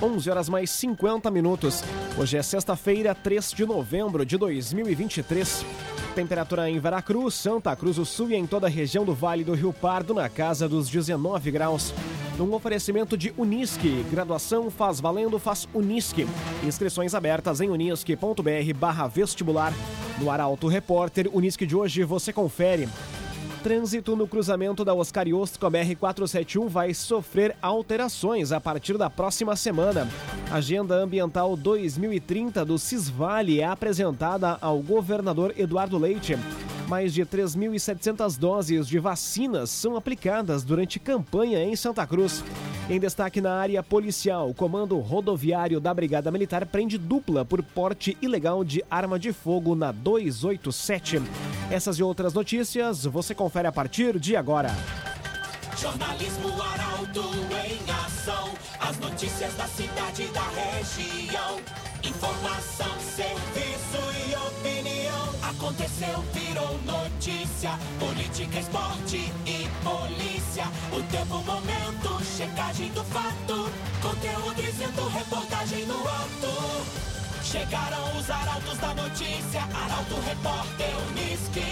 11 horas mais 50 minutos. Hoje é sexta-feira, 3 de novembro de 2023. Temperatura em Veracruz, Santa Cruz do Sul e em toda a região do Vale do Rio Pardo na casa dos 19 graus. Num oferecimento de Unisque, graduação faz valendo, faz Unisque. Inscrições abertas em unisque.br/vestibular. No Arauto Repórter Unisque de hoje você confere. Trânsito no cruzamento da Oscar Iost com a BR-471 vai sofrer alterações a partir da próxima semana. A Agenda Ambiental 2030 do Cisvale é apresentada ao governador Eduardo Leite. Mais de 3.700 doses de vacinas são aplicadas durante campanha em Santa Cruz. Em destaque na área policial, o Comando Rodoviário da Brigada Militar prende dupla por porte ilegal de arma de fogo na 287. Essas e outras notícias você confere a partir de agora. Jornalismo Arauto em ação. As notícias da cidade e da região. Informação, serviço e opinião. Aconteceu, virou notícia. Política, esporte e polícia. O tempo, momento, checagem do fato. Conteúdo dizendo, reportagem no ato. Chegaram os arautos da notícia. Arauto Repórter Unisque.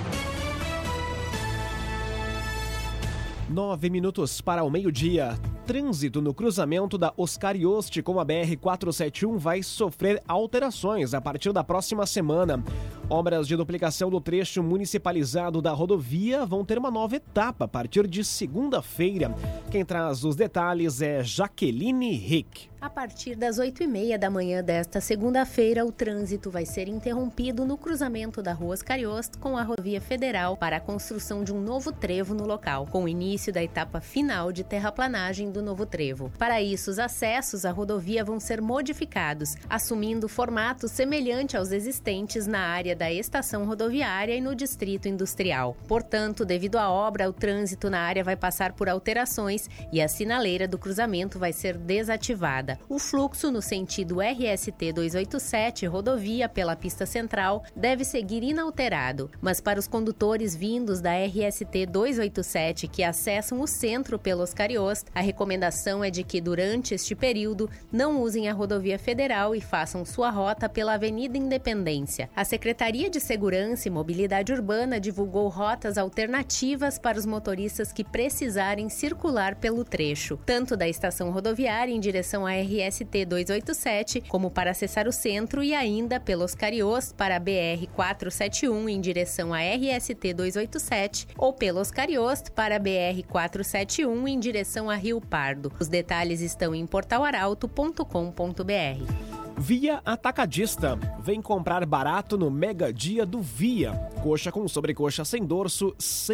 9 minutos para o meio-dia. Trânsito no cruzamento da Oscar Iost com a BR-471 vai sofrer alterações a partir da próxima semana. Obras de duplicação do trecho municipalizado da rodovia vão ter uma nova etapa a partir de segunda-feira. Quem traz os detalhes é Jaqueline Rick. A partir das 8h30 da manhã desta segunda-feira, o trânsito vai ser interrompido no cruzamento da Rua Oscar Iost com a rodovia federal para a construção de um novo trevo no local, com o início da etapa final de terraplanagem do novo trevo. Para isso, os acessos à rodovia vão ser modificados, assumindo formato semelhante aos existentes na área da estação rodoviária e no distrito industrial. Portanto, devido à obra, o trânsito na área vai passar por alterações e a sinaleira do cruzamento vai ser desativada. O fluxo no sentido RST 287, rodovia pela pista central, deve seguir inalterado, mas para os condutores vindos da RST 287 que acessam o centro pelo Oscar Iost, a recomendação é de que durante este período não usem a rodovia federal e façam sua rota pela Avenida Independência. A Secretaria de Segurança e Mobilidade Urbana divulgou rotas alternativas para os motoristas que precisarem circular pelo trecho, tanto da estação rodoviária em direção à RST 287, como para acessar o centro e ainda pelo Oscar Iost para a BR-471 em direção à RST 287 ou pelo Oscar Iost para a BR-471 em direção a Rio Pardo. Os detalhes estão em portalaralto.com.br. Via Atacadista. Vem comprar barato no Mega Dia do Via. Coxa com sobrecoxa sem dorso, R$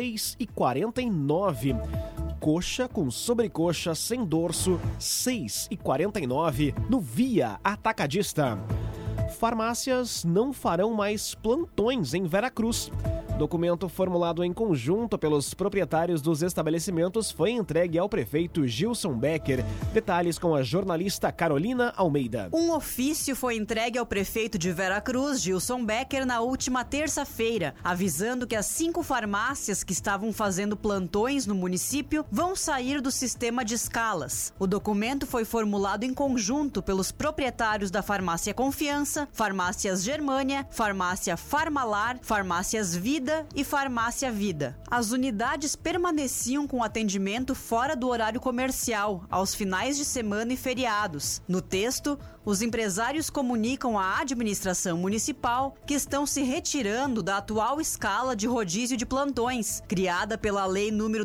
6,49. Coxa com sobrecoxa sem dorso, R$ 6,49 no Via Atacadista. Farmácias não farão mais plantões em Veracruz. Documento formulado em conjunto pelos proprietários dos estabelecimentos foi entregue ao prefeito Gilson Becker. Detalhes com a jornalista Carolina Almeida. Um ofício foi entregue ao prefeito de Veracruz, Gilson Becker, na última terça-feira, avisando que as 5 farmácias que estavam fazendo plantões no município vão sair do sistema de escalas. O documento foi formulado em conjunto pelos proprietários da Farmácia Confiança, Farmácias Germânia, Farmácia Farmalar, Farmácias Vida e Farmácia Vida. As unidades permaneciam com atendimento fora do horário comercial, aos finais de semana e feriados. No texto, os empresários comunicam à administração municipal que estão se retirando da atual escala de rodízio de plantões, criada pela Lei nº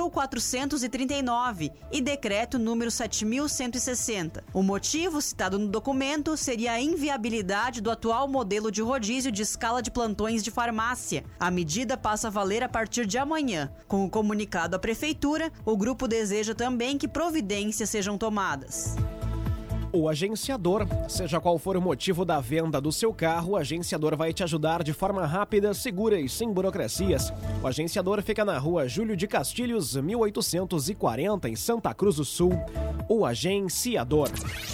2.439 e Decreto nº 7.160. O motivo citado no documento seria a inviabilidade do atual modelo de rodízio de escala de plantões de farmácia. A medida passa a valer a partir de amanhã. Com o comunicado à Prefeitura, o grupo deseja também que providências sejam tomadas. O agenciador. Seja qual for o motivo da venda do seu carro, o agenciador vai te ajudar de forma rápida, segura e sem burocracias. O agenciador fica na Rua Júlio de Castilhos, 1840, em Santa Cruz do Sul. O agenciador.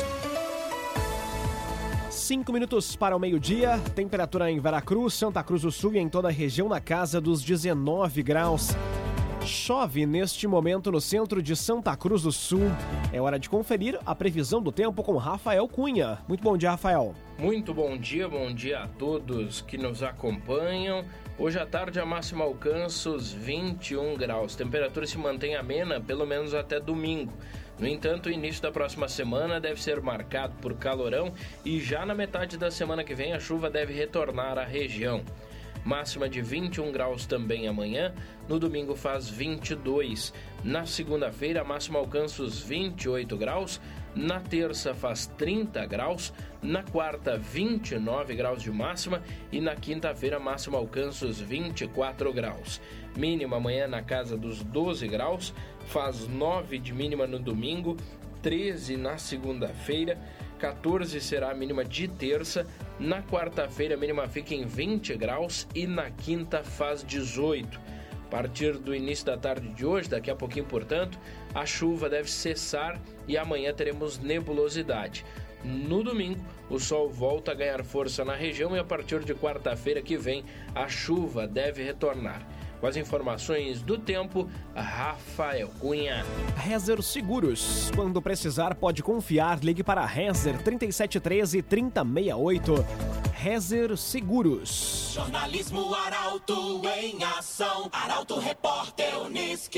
5 minutos para o meio-dia, temperatura em Veracruz, Santa Cruz do Sul e em toda a região na casa dos 19 graus. Chove neste momento no centro de Santa Cruz do Sul. É hora de conferir a previsão do tempo com Rafael Cunha. Muito bom dia, Rafael. Muito bom dia a todos que nos acompanham. Hoje à tarde a máxima alcança os 21 graus. Temperatura se mantém amena pelo menos até domingo. No entanto, o início da próxima semana deve ser marcado por calorão e já na metade da semana que vem a chuva deve retornar à região. Máxima de 21 graus também amanhã, no domingo faz 22. Na segunda-feira a máxima alcança os 28 graus, na terça faz 30 graus, na quarta 29 graus de máxima e na quinta-feira a máxima alcança os 24 graus. Mínima amanhã na casa dos 12 graus, faz 9 de mínima no domingo, 13 na segunda-feira, 14 será a mínima de terça, na quarta-feira a mínima fica em 20 graus e na quinta faz 18. A partir do início da tarde de hoje, daqui a pouquinho, portanto, a chuva deve cessar e amanhã teremos nebulosidade. No domingo, o sol volta a ganhar força na região e a partir de quarta-feira que vem, a chuva deve retornar. Com as informações do tempo, Rafael Cunha. Rezer Seguros. Quando precisar, pode confiar. Ligue para Rezer 3713-3068. Rezer Seguros. Jornalismo Arauto em ação. Arauto Repórter Unisque.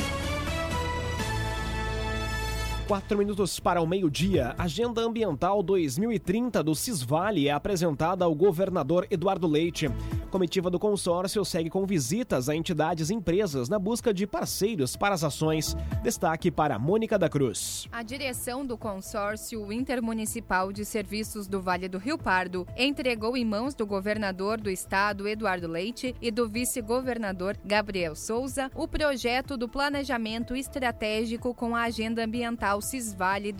4 minutos para o meio-dia. Agenda Ambiental 2030 do Cisvale é apresentada ao governador Eduardo Leite. Comitiva do consórcio segue com visitas a entidades e empresas na busca de parceiros para as ações. Destaque para Mônica da Cruz. A direção do Consórcio Intermunicipal de Serviços do Vale do Rio Pardo entregou em mãos do governador do estado, Eduardo Leite, e do vice-governador, Gabriel Souza, o projeto do planejamento estratégico com a Agenda Ambiental Cisvale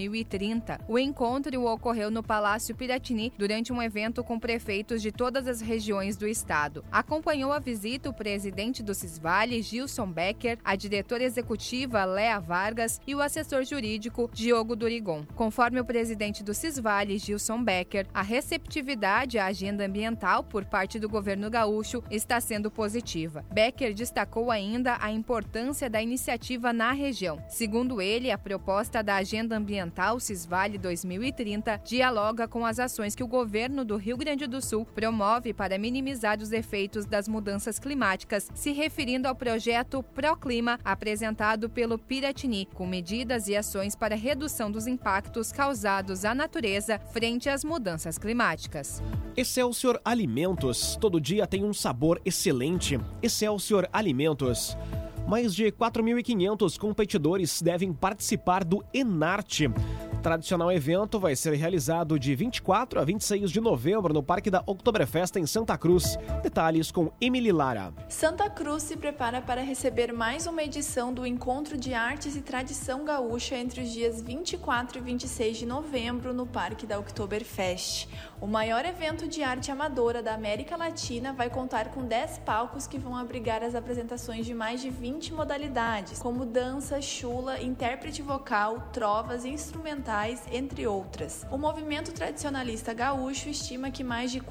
2030. O encontro ocorreu no Palácio Piratini durante um evento com prefeitos de todas as regiões do estado. Acompanhou a visita o presidente do Cisvale, Gilson Becker, a diretora executiva, Léa Vargas, e o assessor jurídico, Diogo Durigon. Conforme o presidente do Cisvale, Gilson Becker, a receptividade à agenda ambiental por parte do governo gaúcho está sendo positiva. Becker destacou ainda a importância da iniciativa na região. Segundo ele, a proposta da Agenda Ambiental Cisvale 2030 dialoga com as ações que o governo do Rio Grande do Sul promove para minimizar os efeitos das mudanças climáticas, se referindo ao projeto Proclima apresentado pelo Piratini, com medidas e ações para redução dos impactos causados à natureza frente às mudanças climáticas. Excelsior Alimentos. Todo dia tem um sabor excelente. Excelsior Alimentos. Mais de 4.500 competidores devem participar do Enarte. O tradicional evento vai ser realizado de 24 a 26 de novembro no Parque da Oktoberfest em Santa Cruz. Detalhes com Emily Lara. Santa Cruz se prepara para receber mais uma edição do Encontro de Artes e Tradição Gaúcha entre os dias 24 e 26 de novembro no Parque da Oktoberfest. O maior evento de arte amadora da América Latina vai contar com 10 palcos que vão abrigar as apresentações de mais de 20 modalidades, como dança, chula, intérprete vocal, trovas e instrumentais, entre outras. O movimento tradicionalista gaúcho estima que mais de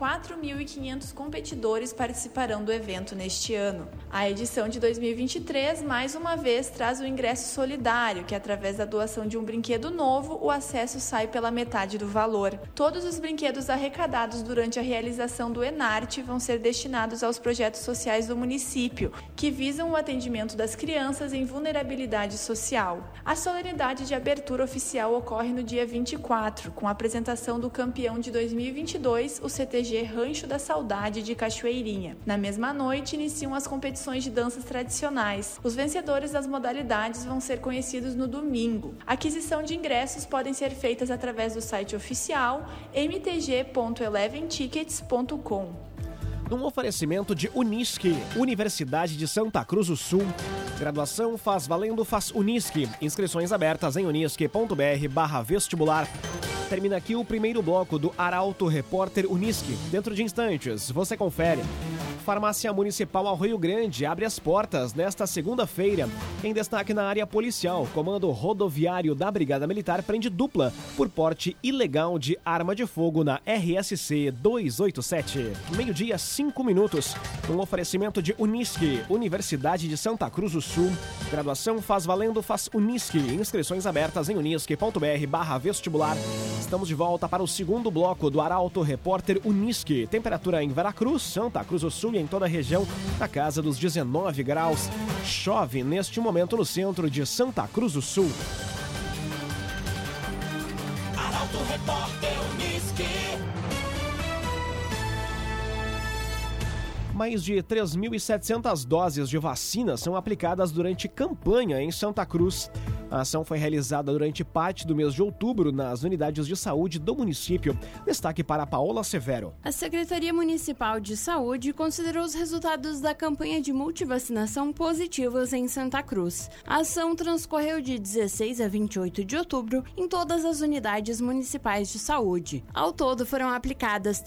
4.500 competidores participarão do evento neste ano. A edição de 2023, mais uma vez, traz o ingresso solidário, que através da doação de um brinquedo novo, o acesso sai pela metade do valor. Todos os brinquedos arrecadados durante a realização do Enarte vão ser destinados aos projetos sociais do município, que visam o atendimento das crianças em vulnerabilidade social. A solenidade de abertura oficial ocorre no dia 24, com a apresentação do campeão de 2022, o CTG Rancho da Saudade de Cachoeirinha. Na mesma noite, iniciam as competições de danças tradicionais. Os vencedores das modalidades vão ser conhecidos no domingo. A aquisição de ingressos podem ser feitas através do site oficial mtg.eleventickets.com. Num oferecimento de Unisque, Universidade de Santa Cruz do Sul. Graduação faz valendo, faz Unisque. Inscrições abertas em unisque.br/vestibular. Termina aqui o primeiro bloco do Arauto Repórter Unisque. Dentro de instantes, você confere. Farmácia Municipal Arroio Grande abre as portas nesta segunda-feira. Em destaque na área policial, Comando Rodoviário da Brigada Militar prende dupla por porte ilegal de arma de fogo na RSC 287. 12:05. Um oferecimento de Unisque, Universidade de Santa Cruz do Sul. Graduação faz valendo, faz Unisque. Inscrições abertas em unisque.br/vestibular. Estamos de volta para o segundo bloco do Arauto Repórter Unisque. Temperatura em Veracruz, Santa Cruz do Sul e em toda a região na casa dos 19 graus. Chove neste momento no centro de Santa Cruz do Sul. Arauto Repórter Unisque. Mais de 3.700 doses de vacina são aplicadas durante campanha em Santa Cruz. A ação foi realizada durante parte do mês de outubro nas unidades de saúde do município. Destaque para Paola Severo. A Secretaria Municipal de Saúde considerou os resultados da campanha de multivacinação positivos em Santa Cruz. A ação transcorreu de 16 a 28 de outubro em todas as unidades municipais de saúde. Ao todo, foram aplicadas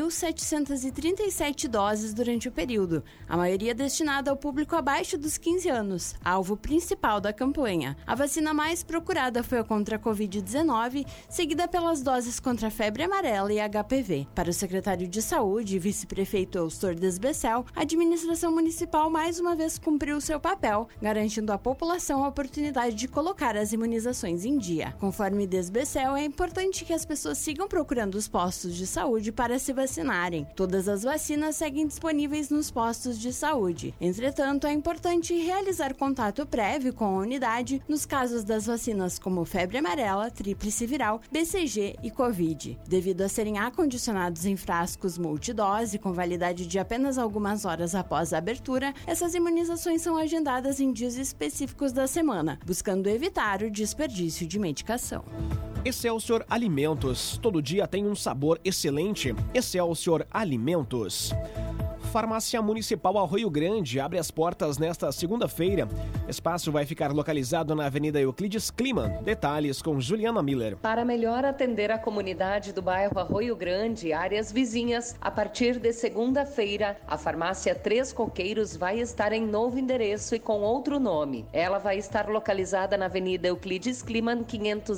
3.737 doses durante o período, a maioria destinada ao público abaixo dos 15 anos, alvo principal da campanha. A vacina mais procurada foi a contra a Covid-19, seguida pelas doses contra a febre amarela e HPV. Para o secretário de Saúde e vice-prefeito Eustor Desbecel, a administração municipal mais uma vez cumpriu seu papel, garantindo à população a oportunidade de colocar as imunizações em dia. Conforme Desbecel, é importante que as pessoas sigam procurando os postos de saúde para se vacinarem. Todas as vacinas seguem disponíveis nos postos de saúde. Entretanto, é importante realizar contato prévio com a unidade nos casos das vacinas como febre amarela, tríplice viral, BCG e Covid. Devido a serem acondicionados em frascos multidose com validade de apenas algumas horas após a abertura, essas imunizações são agendadas em dias específicos da semana, buscando evitar o desperdício de medicação. Excelsior Alimentos. Todo dia tem um sabor excelente. Excelsior Alimentos. Farmácia Municipal Arroio Grande abre as portas nesta segunda-feira. O espaço vai ficar localizado na Avenida Euclides Kliman. Detalhes com Juliana Miller. Para melhor atender a comunidade do bairro Arroio Grande e áreas vizinhas, a partir de segunda-feira, a farmácia Três Coqueiros vai estar em novo endereço e com outro nome. Ela vai estar localizada na Avenida Euclides Kliman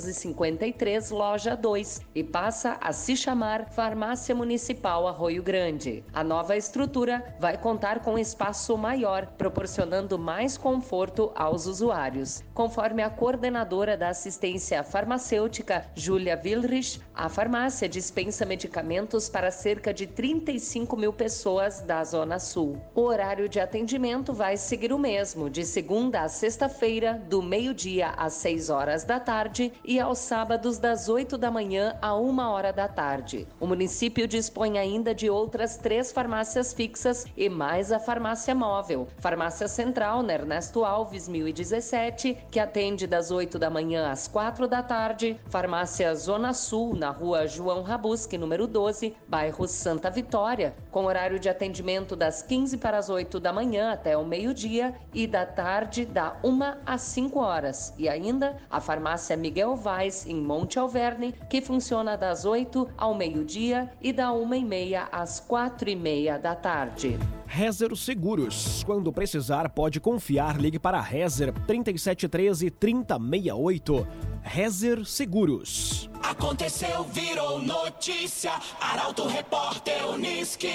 553, loja 2, e passa a se chamar Farmácia Municipal Arroio Grande. A nova estrutura vai contar com espaço maior, proporcionando mais conforto aos usuários. Conforme a coordenadora da assistência farmacêutica, Júlia Wilrich, a farmácia dispensa medicamentos para cerca de 35 mil pessoas da Zona Sul. O horário de atendimento vai seguir o mesmo, de segunda a sexta-feira, do meio-dia às 6 horas da tarde e aos sábados das 8 da manhã a 1 hora da tarde. O município dispõe ainda de outras 3 farmácias fixas e mais a farmácia móvel. Farmácia Central, na Ernesto Alves, 1017, que atende das 8 da manhã às 4 da tarde. Farmácia Zona Sul, na rua João Rabuski, número 12, bairro Santa Vitória, com horário de atendimento das 15 para as 8 da manhã até o meio-dia e da tarde da 1 às 5 horas. E ainda a farmácia Miguel Vaz, em Monte Alverne, que funciona das 8 ao meio-dia e da 1h30 às 4h30 da tarde. Rezer Seguros. Quando precisar, pode confiar. Ligue para Rezer 3713 3068. Rezer Seguros. Aconteceu, virou notícia. Arauto Repórter Unisque.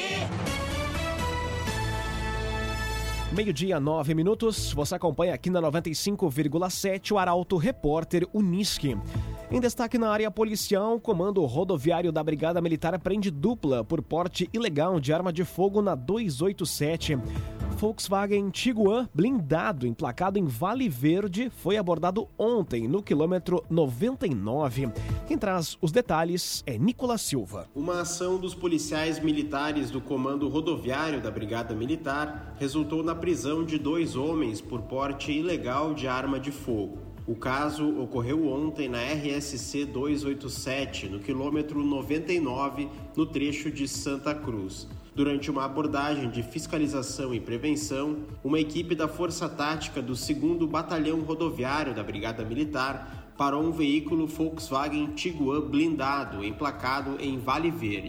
12:09. Você acompanha aqui na 95,7 o Arauto Repórter Unisque. Em destaque na área policial, o Comando Rodoviário da Brigada Militar prende dupla por porte ilegal de arma de fogo na 287. Volkswagen Tiguan blindado, emplacado em Vale Verde, foi abordado ontem no quilômetro 99. Quem traz os detalhes é Nicolas Silva. Uma ação dos policiais militares do Comando Rodoviário da Brigada Militar resultou na prisão de 2 homens por porte ilegal de arma de fogo. O caso ocorreu ontem na RSC 287, no quilômetro 99, no trecho de Santa Cruz. Durante uma abordagem de fiscalização e prevenção, uma equipe da Força Tática do 2º Batalhão Rodoviário da Brigada Militar parou um veículo Volkswagen Tiguan blindado, emplacado em Vale Verde.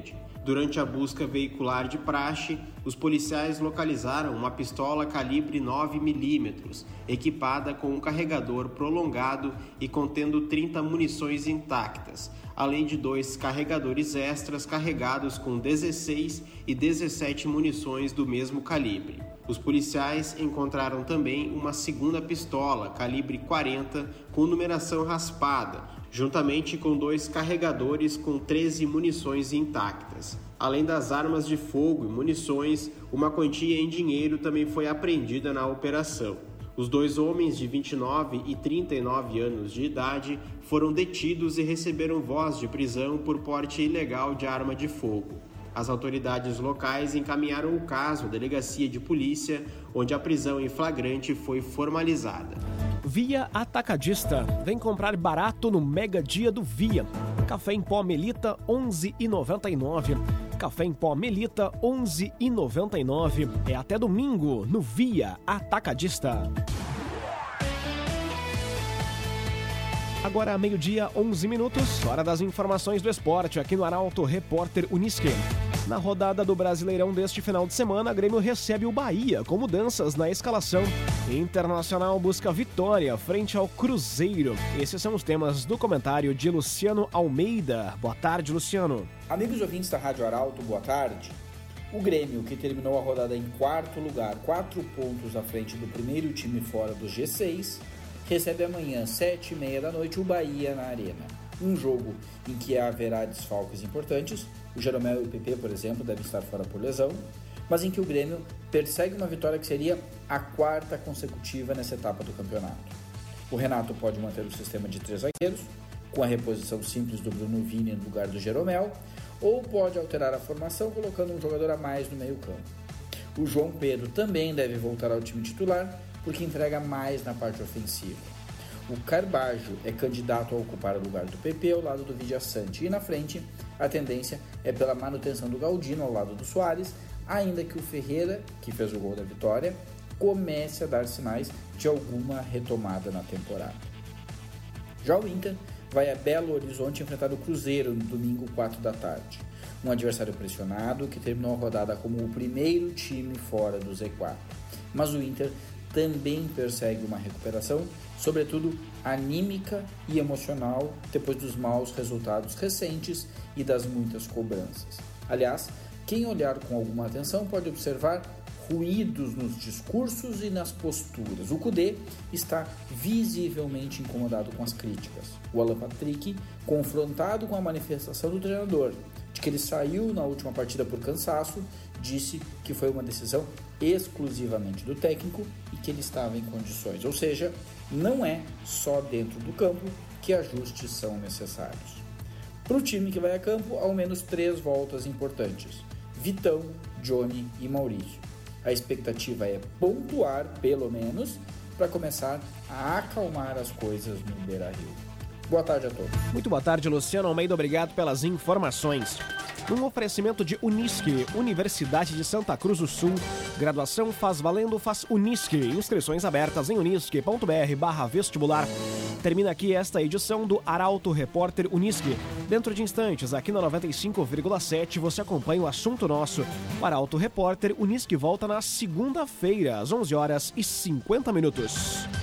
Durante a busca veicular de praxe, os policiais localizaram uma pistola calibre 9mm, equipada com um carregador prolongado e contendo 30 munições intactas, além de 2 carregadores extras carregados com 16 e 17 munições do mesmo calibre. Os policiais encontraram também uma segunda pistola, calibre 40, com numeração raspada, juntamente com 2 carregadores com 13 munições intactas. Além das armas de fogo e munições, uma quantia em dinheiro também foi apreendida na operação. Os 2 homens de 29 e 39 anos de idade foram detidos e receberam voz de prisão por porte ilegal de arma de fogo. As autoridades locais encaminharam o caso à delegacia de polícia, onde a prisão em flagrante foi formalizada. Via Atacadista. Vem comprar barato no Mega Dia do Via. Café em pó Melita, R$ 11,99. Café em pó Melita, R$ 11,99. É até domingo no Via Atacadista. Agora, meio-dia, 11 minutos, hora das informações do esporte, aqui no Arauto Repórter Unisque. Na rodada do Brasileirão deste final de semana, a Grêmio recebe o Bahia, com mudanças na escalação. Internacional busca vitória frente ao Cruzeiro. Esses são os temas do comentário de Luciano Almeida. Boa tarde, Luciano. Amigos ouvintes da Rádio Arauto, boa tarde. O Grêmio, que terminou a rodada em 4º lugar, 4 pontos à frente do primeiro time fora do G6, recebe amanhã, 7h30 da noite, o Bahia na Arena. Um jogo em que haverá desfalques importantes. O Jeromel e o PP, por exemplo, devem estar fora por lesão, mas em que o Grêmio persegue uma vitória que seria a 4ª consecutiva nessa etapa do campeonato. O Renato pode manter o sistema de 3 zagueiros, com a reposição simples do Bruno Vini no lugar do Jeromel, ou pode alterar a formação colocando um jogador a mais no meio-campo. O João Pedro também deve voltar ao time titular, porque entrega mais na parte ofensiva. O Carbajo é candidato a ocupar o lugar do PP ao lado do Villasanti, e na frente a tendência é pela manutenção do Galdino ao lado do Soares, ainda que o Ferreira, que fez o gol da vitória, comece a dar sinais de alguma retomada na temporada. Já o Inter vai a Belo Horizonte enfrentar o Cruzeiro no domingo 4 da tarde. Um adversário pressionado que terminou a rodada como o primeiro time fora do Z4. Mas o Inter também persegue uma recuperação, sobretudo anímica e emocional, depois dos maus resultados recentes e das muitas cobranças. Aliás, quem olhar com alguma atenção pode observar ruídos nos discursos e nas posturas. O Kudê está visivelmente incomodado com as críticas. O Alan Patrick, confrontado com a manifestação do treinador, de que ele saiu na última partida por cansaço, disse que foi uma decisão exclusivamente do técnico e que ele estava em condições. Ou seja, não é só dentro do campo que ajustes são necessários. Para o time que vai a campo, ao menos 3 voltas importantes: Vitão, Johnny e Maurício. A expectativa é pontuar, pelo menos, para começar a acalmar as coisas no Beira-Rio. Boa tarde a todos. Muito boa tarde, Luciano Almeida. Obrigado pelas informações. Um oferecimento de Unisque, Universidade de Santa Cruz do Sul. Graduação faz valendo, faz Unisque. Inscrições abertas em unisque.br/vestibular. Termina aqui esta edição do Arauto Repórter Unisque. Dentro de instantes, aqui na 95,7, você acompanha o assunto nosso. O Arauto Repórter Unisque volta na segunda-feira, às 11h50.